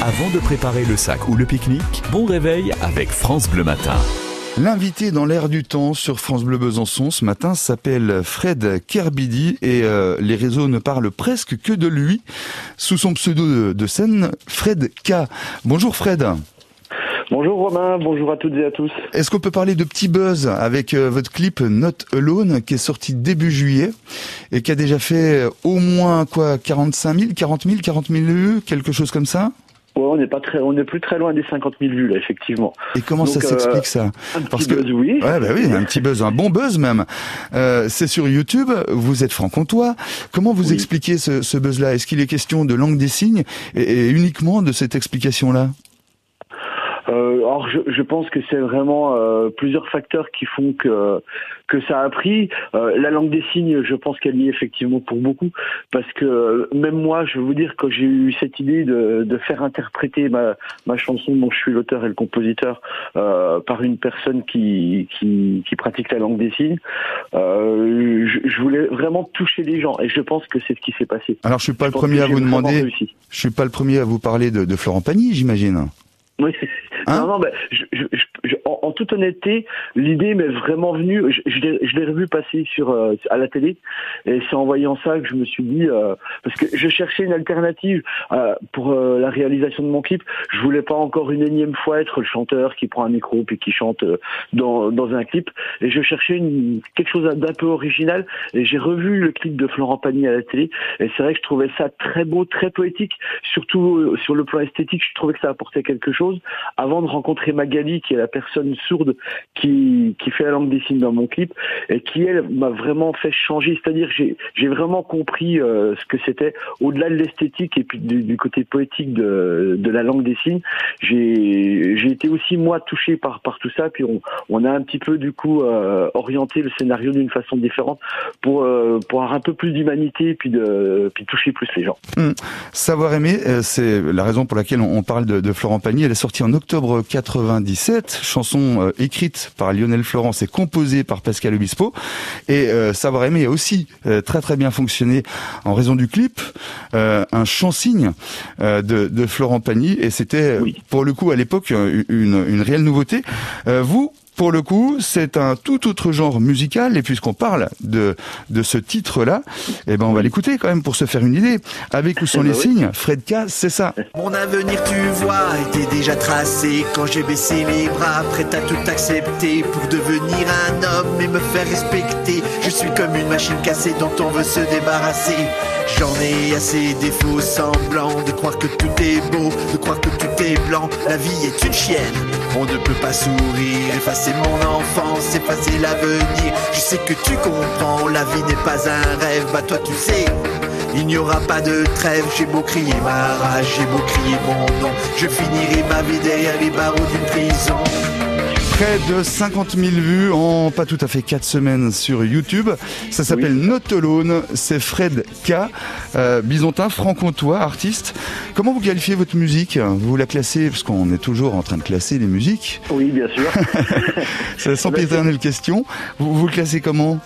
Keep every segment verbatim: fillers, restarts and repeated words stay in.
Avant de préparer le sac ou le pique-nique, bon réveil avec France Bleu Matin. L'invité dans l'air du temps sur France Bleu Besançon ce matin s'appelle Fred Kerbidi et euh, les réseaux ne parlent presque que de lui. Sous son pseudo de, de scène, Fred K. Bonjour Fred. Bonjour Romain, bonjour à toutes et à tous. Est-ce qu'on peut parler de petit buzz avec euh, votre clip Not Alone qui est sorti début juillet et qui a déjà fait au moins quoi quarante-cinq mille, quarante mille, quarante mille vues, quelque chose comme ça? Ouais, on n'est pas très, on n'est plus très loin des cinquante mille vues là, effectivement. Et comment Donc, ça s'explique euh, ça? Un Parce petit que, buzz, oui. Ouais, bah oui, un petit buzz, un bon buzz même. Euh, c'est sur YouTube. Vous êtes franc-comtois. Comment vous oui. expliquez ce, ce buzz-là? Est-ce qu'il est question de langue des signes et, et uniquement de cette explication-là? Euh, alors je, je pense que c'est vraiment euh, plusieurs facteurs qui font que que ça a pris. Euh, la langue des signes, je pense qu'elle y est effectivement pour beaucoup, parce que même moi, je vais vous dire, quand j'ai eu cette idée de, de faire interpréter ma, ma chanson dont je suis l'auteur et le compositeur euh, par une personne qui, qui qui pratique la langue des signes, euh, je, je voulais vraiment toucher les gens et je pense que c'est ce qui s'est passé. Alors je suis pas je le premier à vous demander, je suis pas le premier à vous parler de, de Florent Pagny, j'imagine. Oui, hein? non, non, ben, je, je, je, en, en toute honnêteté, l'idée m'est vraiment venue. Je, je l'ai, je l'ai revu passer sur euh, à la télé, et c'est en voyant ça que je me suis dit, euh, parce que je cherchais une alternative euh, pour euh, la réalisation de mon clip. Je voulais pas encore une énième fois être le chanteur qui prend un micro puis qui chante euh, dans dans un clip, et je cherchais une, quelque chose d'un peu original. Et j'ai revu le clip de Florent Pagny à la télé, et c'est vrai que je trouvais ça très beau, très poétique, surtout euh, sur le plan esthétique. Je trouvais que ça apportait quelque chose. Avant de rencontrer Magali, qui est la personne sourde qui qui fait la langue des signes dans mon clip et qui elle m'a vraiment fait changer, c'est-à-dire j'ai j'ai vraiment compris euh, ce que c'était au-delà de l'esthétique et puis du, du côté poétique de de la langue des signes. J'ai j'ai été aussi moi touché par par tout ça, puis on on a un petit peu du coup euh, orienté le scénario d'une façon différente pour euh, pour avoir un peu plus d'humanité puis de puis toucher plus les gens. Mmh. Savoir aimer, euh, c'est la raison pour laquelle on, on parle de, de Florent Pagny. Elle est sortie en octobre quatre-vingt-dix-sept, chanson euh, écrite par Lionel Florence et composée par Pascal Obispo. Et euh, Savoir aimer a aussi euh, très très bien fonctionné en raison du clip, euh, un chant-signe euh, de, de Florent Pagny. Et c'était oui. pour le coup à l'époque une, une réelle nouveauté. Euh, vous Pour le coup, c'est un tout autre genre musical, et puisqu'on parle de de ce titre-là, eh ben on va l'écouter quand même pour se faire une idée. Avec ou sans les signes, Fred K, c'est ça. Mon avenir, tu vois, était déjà tracé quand j'ai baissé les bras, prêt à tout accepter pour devenir un homme et me faire respecter. Je suis comme une machine cassée dont on veut se débarrasser. J'en ai assez des faux semblants, de croire que tout est beau, de croire que tout est blanc. La vie est une chienne, on ne peut pas sourire, effacer mon enfance, effacer l'avenir. Je sais que tu comprends, la vie n'est pas un rêve. Bah toi tu sais, il n'y aura pas de trêve. J'ai beau crier ma rage, j'ai beau crier mon nom, je finirai ma vie derrière les barreaux d'une prison. Près de cinquante mille vues en pas tout à fait quatre semaines sur YouTube. Ça s'appelle oui. Not Alone. C'est Fred K, euh, bisontin, franc-comtois, artiste. Comment vous qualifiez votre musique? Vous la classez, parce qu'on est toujours en train de classer les musiques. Oui, bien sûr. C'est la sempiternelle question. Vous, vous le classez comment?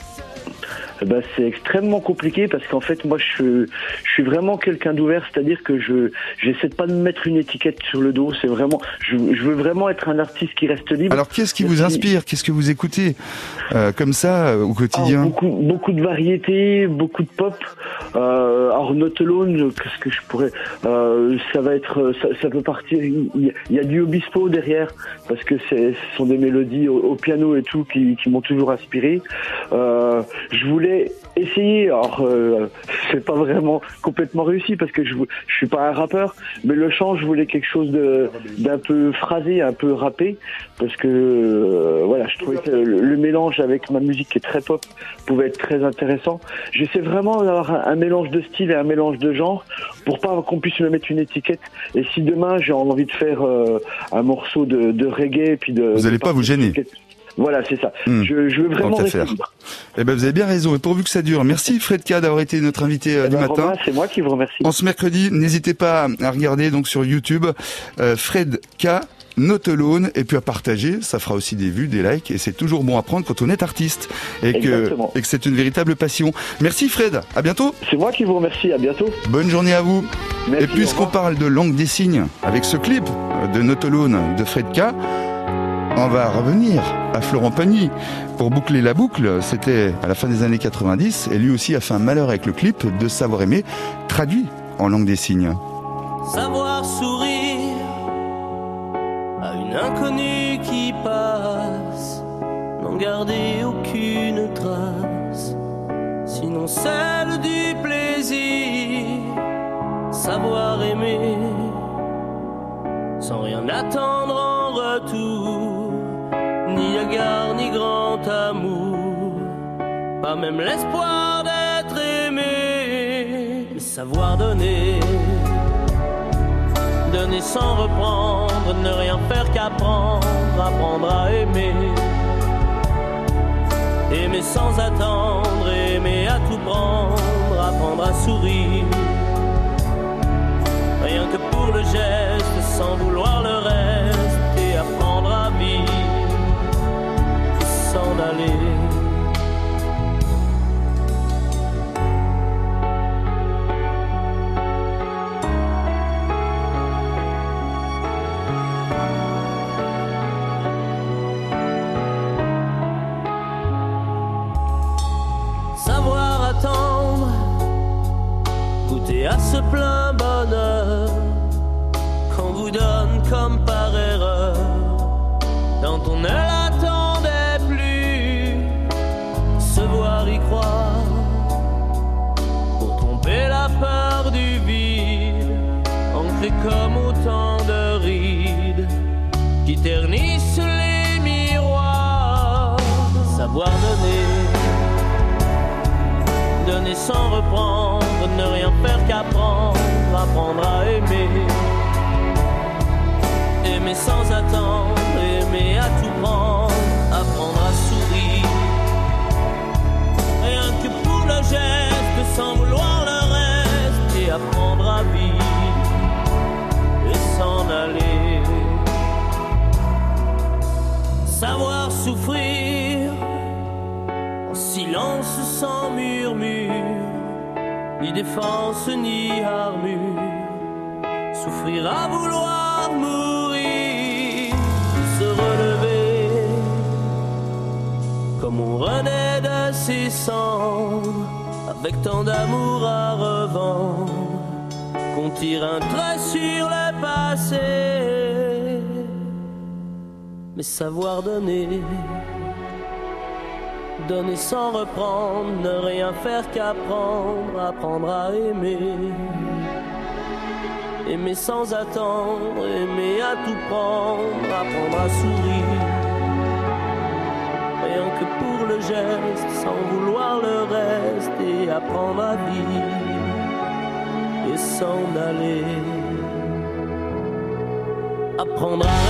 Ben, c'est extrêmement compliqué parce qu'en fait moi je, je suis vraiment quelqu'un d'ouvert, c'est-à-dire que je j'essaie de pas de mettre une étiquette sur le dos. C'est vraiment je, je veux vraiment être un artiste qui reste libre. Alors qu'est-ce qui vous inspire? Qu'est-ce que vous écoutez euh, comme ça euh, au quotidien? Alors, beaucoup beaucoup de variétés, beaucoup de pop. Euh, alors Not Alone, qu'est-ce que je pourrais euh, ça va être ça, ça peut partir. Il y, a, il y a du Obispo derrière parce que c'est ce sont des mélodies au, au piano et tout qui, qui m'ont toujours inspiré. Euh, je voulais essayer, alors euh, c'est pas vraiment complètement réussi parce que je je suis pas un rappeur, mais le chant je voulais quelque chose de d'un peu phrasé, un peu rappé, parce que euh, voilà, je trouvais que le, le mélange avec ma musique qui est très pop pouvait être très intéressant. J'essaie vraiment d'avoir un, un mélange de style et un mélange de genre pour pas qu'on puisse me mettre une étiquette. Et si demain j'ai envie de faire euh, un morceau de, de reggae et puis de vous allez pas vous gêner. Voilà, c'est ça. Mmh. Je, je veux vraiment rester libre. Eh ben, vous avez bien raison. Et pourvu que ça dure. Merci Fred K d'avoir été notre invité euh, eh du ben, matin. Romain, c'est moi qui vous remercie. En ce mercredi, n'hésitez pas à regarder donc sur YouTube euh, Fred K. Not Alone, et puis à partager, ça fera aussi des vues, des likes, et c'est toujours bon à prendre quand on est artiste, et que, et que c'est une véritable passion. Merci Fred, à bientôt. C'est moi qui vous remercie, à bientôt. Bonne journée à vous. Merci, et puisqu'on parle de langue des signes, avec ce clip de Not Alone de Fred K, on va revenir à Florent Pagny pour boucler la boucle. C'était à la fin des années quatre-vingt-dix, et lui aussi a fait un malheur avec le clip de Savoir aimer, traduit en langue des signes. Savoir sourire à une inconnue qui passe, n'en garder aucune trace, sinon celle du plaisir. Savoir aimer sans rien attendre en retour, ni égard ni grand amour, pas même l'espoir d'être aimé. Savoir donner, donner sans reprendre, ne rien faire qu'apprendre, apprendre à aimer. Aimer sans attendre, aimer à tout prendre, apprendre à sourire. Rien que pour le geste, sans vouloir le reste, et apprendre à vivre, et s'en aller. Savoir attendre, goûter à ce plein bonheur qu'on vous donne comme par erreur, quand on ne l'attendait plus. Se voir y croire pour tromper la peur du vide, ancré comme autant de rides qui ternissent les miroirs. Savoir donner, donner sans reprendre, ne rien faire qu'apprendre, apprendre à aimer. Aimer sans attendre, aimer à tout prendre, apprendre à sourire. Rien que pour le geste, sans vouloir le reste, et apprendre à vivre, et s'en aller. Savoir souffrir en silence sans murmure, ni défense ni armure. Souffrir à vouloir mourir, se relever comme on renaît de ses cendres, avec tant d'amour à revendre qu'on tire un trait sur le passé. Mais savoir donner, donner sans reprendre, ne rien faire qu'apprendre, apprendre à aimer. Aimer sans attendre, aimer à tout prendre, apprendre à sourire. Rien que pour le geste, sans vouloir le reste, et apprendre à vivre, et s'en aller. Apprendre à